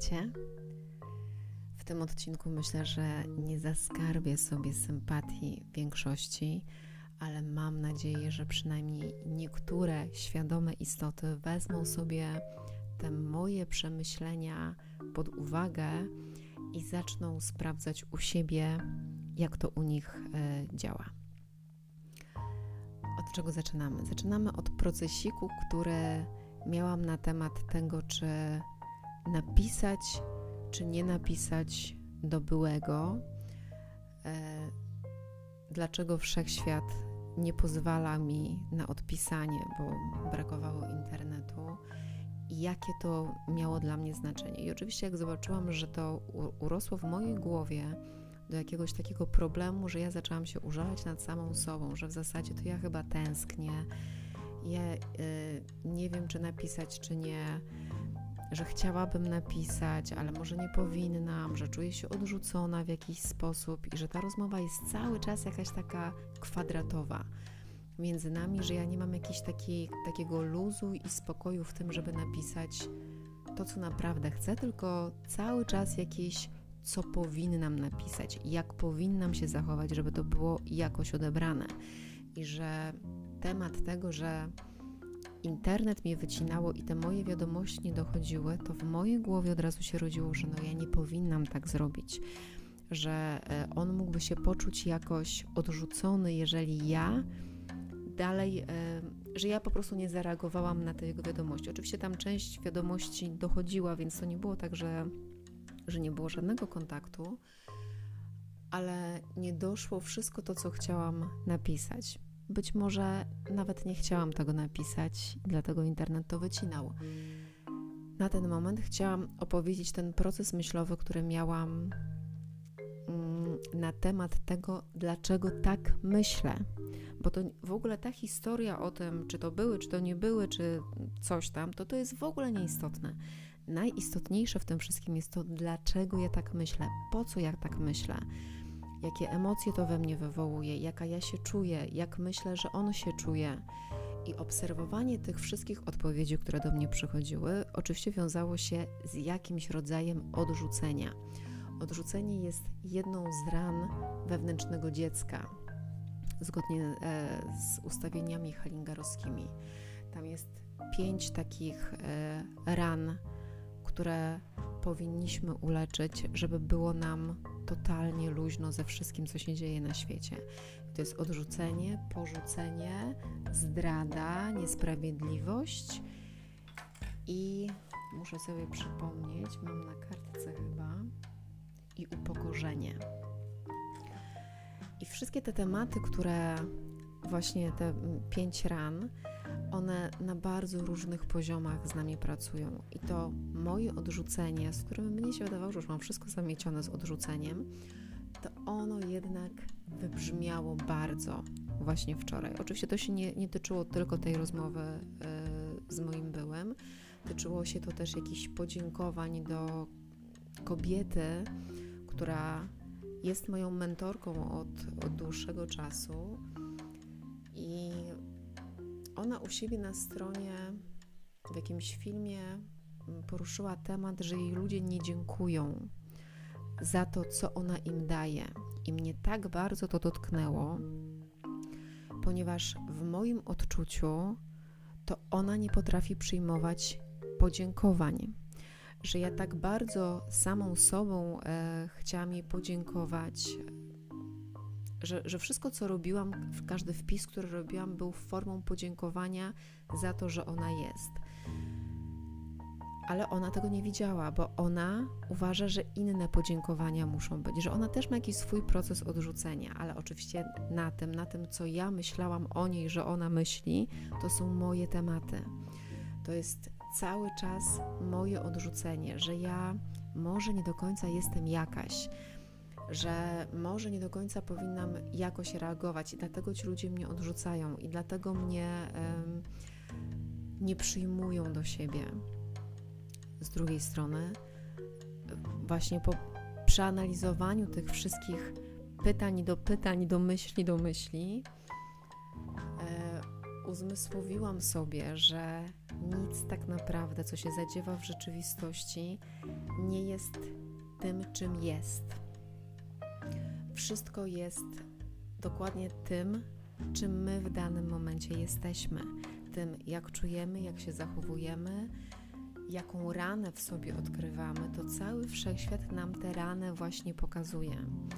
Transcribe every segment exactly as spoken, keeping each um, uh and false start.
Witajcie. W tym odcinku myślę, że nie zaskarbię sobie sympatii większości, ale mam nadzieję, że przynajmniej niektóre świadome istoty wezmą sobie te moje przemyślenia pod uwagę i zaczną sprawdzać u siebie, jak to u nich y, działa. Od czego zaczynamy? Zaczynamy od procesiku, który miałam na temat tego, czy napisać, czy nie napisać do byłego. E, dlaczego wszechświat nie pozwala mi na odpisanie, bo brakowało internetu i jakie to miało dla mnie znaczenie. I oczywiście jak zobaczyłam, że to u, urosło w mojej głowie do jakiegoś takiego problemu, że ja zaczęłam się użalać nad samą sobą, że w zasadzie to ja chyba tęsknię, ja y, nie wiem, czy napisać, czy nie, że chciałabym napisać, ale może nie powinnam, że czuję się odrzucona w jakiś sposób i że ta rozmowa jest cały czas jakaś taka kwadratowa między nami, że ja nie mam jakiejś takiej, takiego luzu i spokoju w tym, żeby napisać to, co naprawdę chcę, tylko cały czas jakieś, co powinnam napisać, jak powinnam się zachować, żeby to było jakoś odebrane. I że temat tego, że internet mnie wycinało i te moje wiadomości nie dochodziły, to w mojej głowie od razu się rodziło, że no ja nie powinnam tak zrobić, że on mógłby się poczuć jakoś odrzucony, jeżeli ja dalej, że ja po prostu nie zareagowałam na te jego wiadomości. Oczywiście tam część wiadomości dochodziła, więc to nie było tak, że, że nie było żadnego kontaktu, ale nie doszło wszystko to, co chciałam napisać. Być może nawet nie chciałam tego napisać, dlatego internet to wycinał. Na ten moment chciałam opowiedzieć ten proces myślowy, który miałam mm, na temat tego, dlaczego tak myślę. Bo to w ogóle ta historia o tym, czy to były, czy to nie były, czy coś tam, to to jest w ogóle nieistotne. Najistotniejsze w tym wszystkim jest to, dlaczego ja tak myślę, po co ja tak myślę. Jakie emocje to we mnie wywołuje, jaka ja się czuję, jak myślę, że on się czuje. I obserwowanie tych wszystkich odpowiedzi, które do mnie przychodziły, oczywiście wiązało się z jakimś rodzajem odrzucenia. Odrzucenie jest jedną z ran wewnętrznego dziecka, zgodnie e, z ustawieniami hellingerowskimi. Tam jest pięć takich e, ran, które powinniśmy uleczyć, żeby było nam totalnie luźno ze wszystkim, co się dzieje na świecie. To jest odrzucenie, porzucenie, zdrada, niesprawiedliwość i muszę sobie przypomnieć, mam na kartce chyba, i upokorzenie. I wszystkie te tematy, które właśnie te pięć ran, one na bardzo różnych poziomach z nami pracują. I to moje odrzucenie, z którym mnie się wydawało, że już mam wszystko zamiecione z odrzuceniem, to ono jednak wybrzmiało bardzo właśnie wczoraj. Oczywiście to się nie, nie tyczyło tylko tej rozmowy yy, z moim byłym. Tyczyło się to też jakichś podziękowań do kobiety, która jest moją mentorką od, od dłuższego czasu i ona u siebie na stronie w jakimś filmie poruszyła temat, że jej ludzie nie dziękują za to, co ona im daje. I mnie tak bardzo to dotknęło, ponieważ w moim odczuciu to ona nie potrafi przyjmować podziękowań. Że ja tak bardzo samą sobą e, chciałam jej podziękować, Że, że wszystko, co robiłam, każdy wpis, który robiłam, był formą podziękowania za to, że ona jest. Ale ona tego nie widziała, bo ona uważa, że inne podziękowania muszą być, że ona też ma jakiś swój proces odrzucenia, ale oczywiście na tym, na tym, co ja myślałam o niej, że ona myśli, to są moje tematy. To jest cały czas moje odrzucenie, że ja może nie do końca jestem jakaś, że może nie do końca powinnam jakoś reagować i dlatego ci ludzie mnie odrzucają i dlatego mnie um, nie przyjmują do siebie. Z drugiej strony właśnie po przeanalizowaniu tych wszystkich pytań do pytań, do myśli do myśli e, uzmysłowiłam sobie, że nic tak naprawdę, co się zadziewa w rzeczywistości, nie jest tym, czym jest. Wszystko jest dokładnie tym, czym my w danym momencie jesteśmy. Tym, jak czujemy, jak się zachowujemy, jaką ranę w sobie odkrywamy, to cały wszechświat nam tę ranę właśnie pokazuje.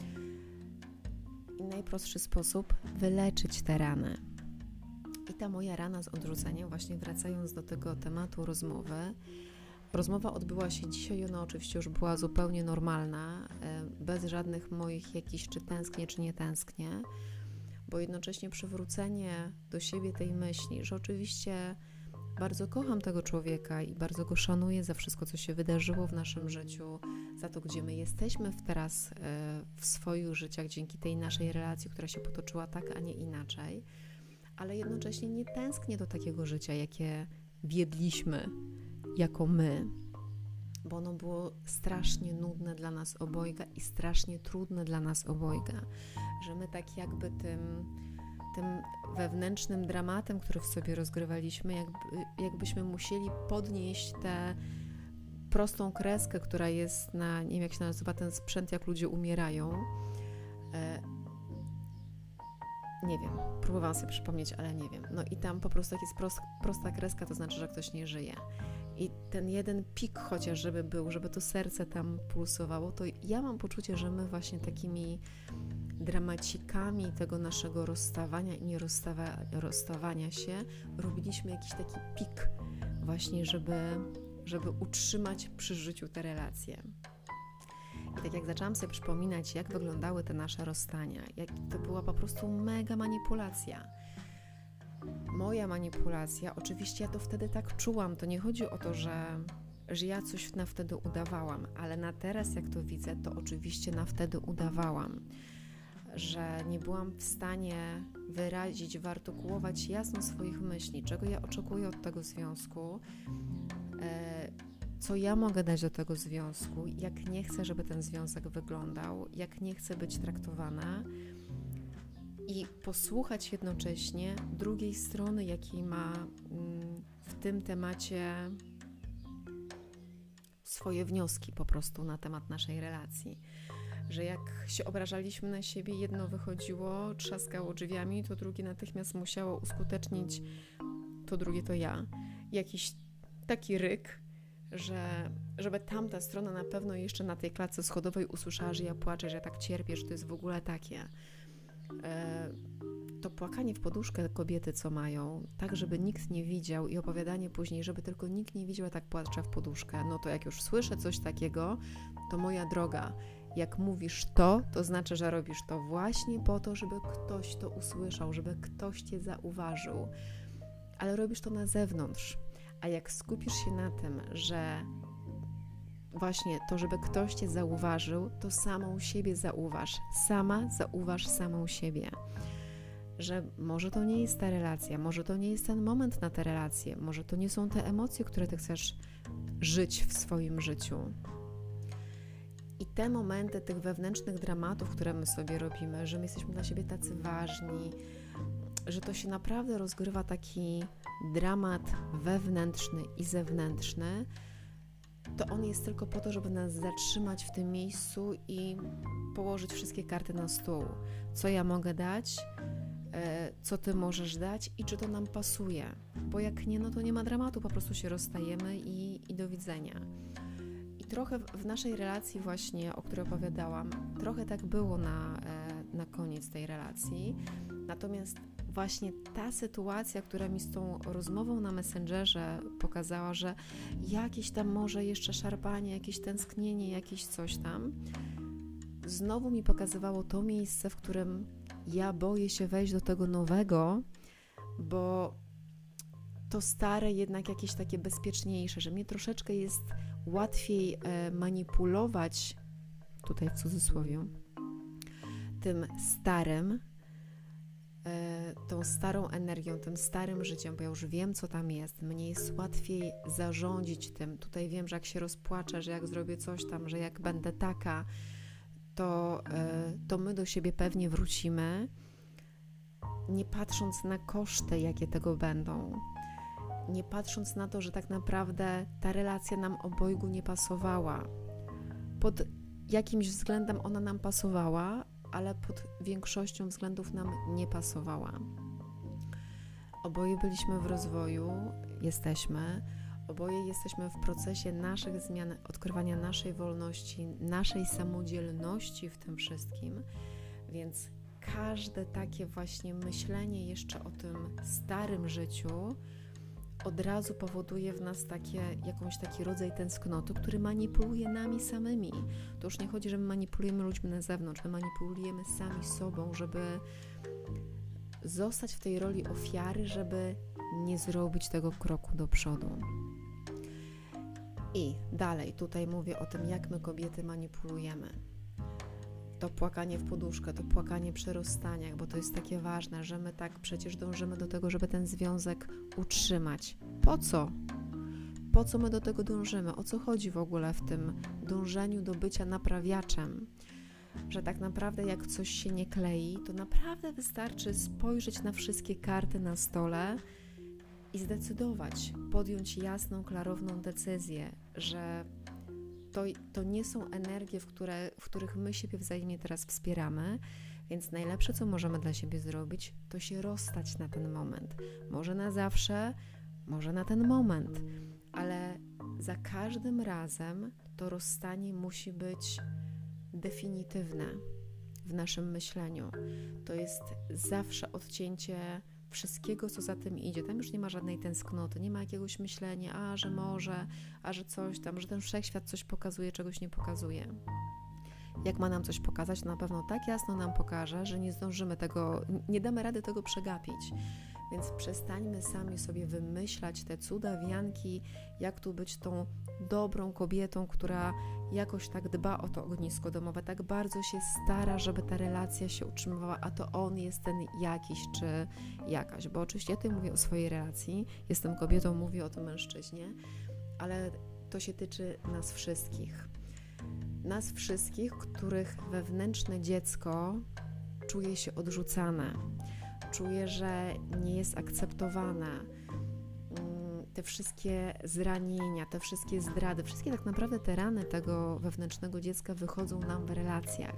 I najprostszy sposób wyleczyć tę ranę. I ta moja rana z odrzuceniem, właśnie wracając do tego tematu rozmowy, rozmowa odbyła się dzisiaj, ona oczywiście już była zupełnie normalna, bez żadnych moich jakichś czy tęsknię, czy nie tęsknię, bo jednocześnie przywrócenie do siebie tej myśli, że oczywiście bardzo kocham tego człowieka i bardzo go szanuję za wszystko, co się wydarzyło w naszym życiu, za to, gdzie my jesteśmy teraz w swoich życiach dzięki tej naszej relacji, która się potoczyła tak, a nie inaczej, ale jednocześnie nie tęsknię do takiego życia, jakie wiedliśmy jako my, bo ono było strasznie nudne dla nas obojga i strasznie trudne dla nas obojga, że my tak jakby tym, tym wewnętrznym dramatem, który w sobie rozgrywaliśmy, jakby, jakbyśmy musieli podnieść tę prostą kreskę, która jest na, nie wiem jak się nazywa ten sprzęt, jak ludzie umierają. E, nie wiem, próbowałam sobie przypomnieć, ale nie wiem. No i tam po prostu jak jest prost, prosta kreska, to znaczy, że ktoś nie żyje. I ten jeden pik chociaż, żeby był, żeby to serce tam pulsowało, to ja mam poczucie, że my właśnie takimi dramacikami tego naszego rozstawania i nie rozstawa, rozstawania się robiliśmy jakiś taki pik właśnie, żeby, żeby utrzymać przy życiu te relacje. I tak jak zaczęłam sobie przypominać, jak wyglądały te nasze rozstania, jak to była po prostu mega manipulacja. Moja manipulacja, oczywiście ja to wtedy tak czułam, to nie chodzi o to, że, że ja coś na wtedy udawałam, ale na teraz jak to widzę, to oczywiście na wtedy udawałam, że nie byłam w stanie wyrazić, wyartykułować jasno swoich myśli, czego ja oczekuję od tego związku, e, co ja mogę dać do tego związku, jak nie chcę, żeby ten związek wyglądał, jak nie chcę być traktowana i posłuchać jednocześnie drugiej strony, jakiej ma w tym temacie swoje wnioski po prostu na temat naszej relacji. Że jak się obrażaliśmy na siebie, jedno wychodziło, trzaskało drzwiami, to drugie natychmiast musiało uskutecznić, to drugie to ja. Jakiś taki ryk, że żeby tamta strona na pewno jeszcze na tej klatce schodowej usłyszała, że ja płaczę, że ja tak cierpię, że to jest w ogóle takie. E, to płakanie w poduszkę kobiety, co mają, tak żeby nikt nie widział i opowiadanie później, żeby tylko nikt nie widział, tak płaczę w poduszkę. No to jak już słyszę coś takiego, to moja droga, jak mówisz to, to znaczy, że robisz to właśnie po to, żeby ktoś to usłyszał, żeby ktoś cię zauważył, ale robisz to na zewnątrz. A jak skupisz się na tym, że właśnie to, żeby ktoś cię zauważył, to samą siebie zauważ. Sama zauważ samą siebie. Że może to nie jest ta relacja, może to nie jest ten moment na tę relację, może to nie są te emocje, które ty chcesz żyć w swoim życiu. I te momenty tych wewnętrznych dramatów, które my sobie robimy, że my jesteśmy dla siebie tacy ważni, że to się naprawdę rozgrywa taki dramat wewnętrzny i zewnętrzny, to on jest tylko po to, żeby nas zatrzymać w tym miejscu i położyć wszystkie karty na stół. Co ja mogę dać, co ty możesz dać i czy to nam pasuje. Bo jak nie, no to nie ma dramatu, po prostu się rozstajemy i, i do widzenia. I trochę w naszej relacji właśnie, o której opowiadałam, trochę tak było na, na koniec tej relacji. Natomiast właśnie ta sytuacja, która mi z tą rozmową na Messengerze pokazała, że jakieś tam może jeszcze szarpanie, jakieś tęsknienie, jakieś coś tam, znowu mi pokazywało to miejsce, w którym ja boję się wejść do tego nowego, bo to stare jednak jakieś takie bezpieczniejsze, że mnie troszeczkę jest łatwiej e, manipulować, tutaj w cudzysłowie, tym starym, e, tą starą energią, tym starym życiem, bo ja już wiem, co tam jest. Mnie jest łatwiej zarządzić tym. Tutaj wiem, że jak się rozpłaczę, że jak zrobię coś tam, że jak będę taka, to, e, to my do siebie pewnie wrócimy. nie patrząc na koszty, jakie tego będą, nie patrząc na to, że tak naprawdę ta relacja nam obojgu nie pasowała. Pod jakimś względem ona nam pasowała, ale pod większością względów nam nie pasowała. Oboje byliśmy w rozwoju, jesteśmy, oboje jesteśmy w procesie naszych zmian, odkrywania naszej wolności, naszej samodzielności w tym wszystkim, więc każde takie właśnie myślenie jeszcze o tym starym życiu od razu powoduje w nas takie, jakąś taki rodzaj tęsknoty, który manipuluje nami samymi. To już nie chodzi, że my manipulujemy ludźmi na zewnątrz, my manipulujemy sami sobą, żeby zostać w tej roli ofiary, żeby nie zrobić tego kroku do przodu. I dalej tutaj mówię o tym, jak my kobiety manipulujemy. To płakanie w poduszkę, to płakanie przy rozstaniach, bo to jest takie ważne, że my tak przecież dążymy do tego, żeby ten związek utrzymać. Po co? Po co my do tego dążymy? O co chodzi w ogóle w tym dążeniu do bycia naprawiaczem? Że tak naprawdę jak coś się nie klei, to naprawdę wystarczy spojrzeć na wszystkie karty na stole i zdecydować, podjąć jasną, klarowną decyzję, że to, to nie są energie, w, które, w których my siebie wzajemnie teraz wspieramy, więc najlepsze, co możemy dla siebie zrobić, to się rozstać na ten moment. Może na zawsze, może na ten moment, ale za każdym razem to rozstanie musi być definitywne w naszym myśleniu. To jest zawsze odcięcie wszystkiego, co za tym idzie. Tam już nie ma żadnej tęsknoty, nie ma jakiegoś myślenia, a że może, a że coś tam, że ten wszechświat coś pokazuje, czegoś nie pokazuje. Jak ma nam coś pokazać, to na pewno tak jasno nam pokaże, że nie zdążymy tego, nie damy rady tego przegapić. Więc przestańmy sami sobie wymyślać te cuda, wianki, jak tu być tą dobrą kobietą, która jakoś tak dba o to ognisko domowe, tak bardzo się stara, żeby ta relacja się utrzymywała, a to on jest ten jakiś czy jakaś. Bo oczywiście ja tutaj mówię o swojej relacji, jestem kobietą, mówię o tym mężczyźnie, ale to się tyczy nas wszystkich. Nas wszystkich, których wewnętrzne dziecko czuje się odrzucane, czuje, że nie jest akceptowana. Te wszystkie zranienia, te wszystkie zdrady, wszystkie tak naprawdę te rany tego wewnętrznego dziecka wychodzą nam w relacjach.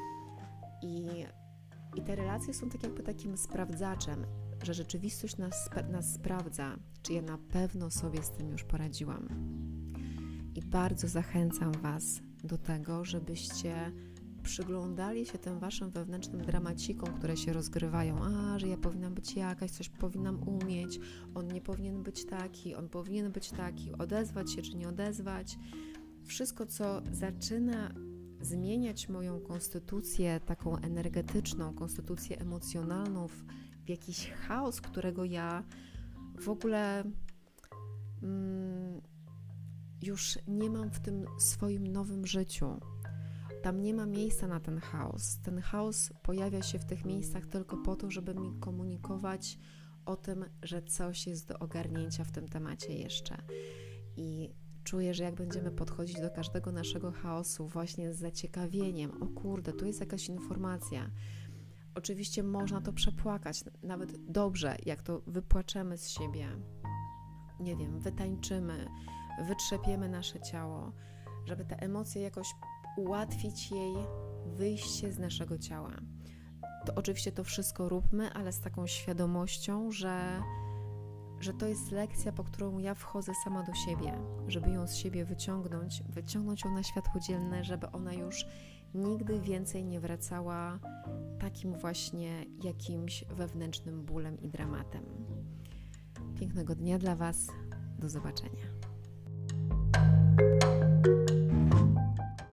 I, i te relacje są tak jakby takim sprawdzaczem, że rzeczywistość nas, nas sprawdza, czy ja na pewno sobie z tym już poradziłam. I bardzo zachęcam Was do tego, żebyście przyglądali się tym waszym wewnętrznym dramacikom, które się rozgrywają. A, że ja powinnam być jakaś, coś powinnam umieć, on nie powinien być taki, on powinien być taki, odezwać się czy nie odezwać. Wszystko, co zaczyna zmieniać moją konstytucję taką energetyczną, konstytucję emocjonalną w, w jakiś chaos, którego ja w ogóle mm, już nie mam w tym swoim nowym życiu. Tam nie ma miejsca na ten chaos. Ten chaos pojawia się w tych miejscach tylko po to, żeby mi komunikować o tym, że coś jest do ogarnięcia w tym temacie jeszcze. I czuję, że jak będziemy podchodzić do każdego naszego chaosu właśnie z zaciekawieniem, o kurde, tu jest jakaś informacja. Oczywiście można to przepłakać, nawet dobrze, jak to wypłaczemy z siebie. Nie wiem, wytańczymy, wytrzepiemy nasze ciało, żeby te emocje jakoś ułatwić jej wyjście z naszego ciała. To oczywiście to wszystko róbmy, ale z taką świadomością, że, że to jest lekcja, po którą ja wchodzę sama do siebie, żeby ją z siebie wyciągnąć, wyciągnąć ją na światło dzienne, żeby ona już nigdy więcej nie wracała takim właśnie jakimś wewnętrznym bólem i dramatem. Pięknego dnia dla Was. Do zobaczenia.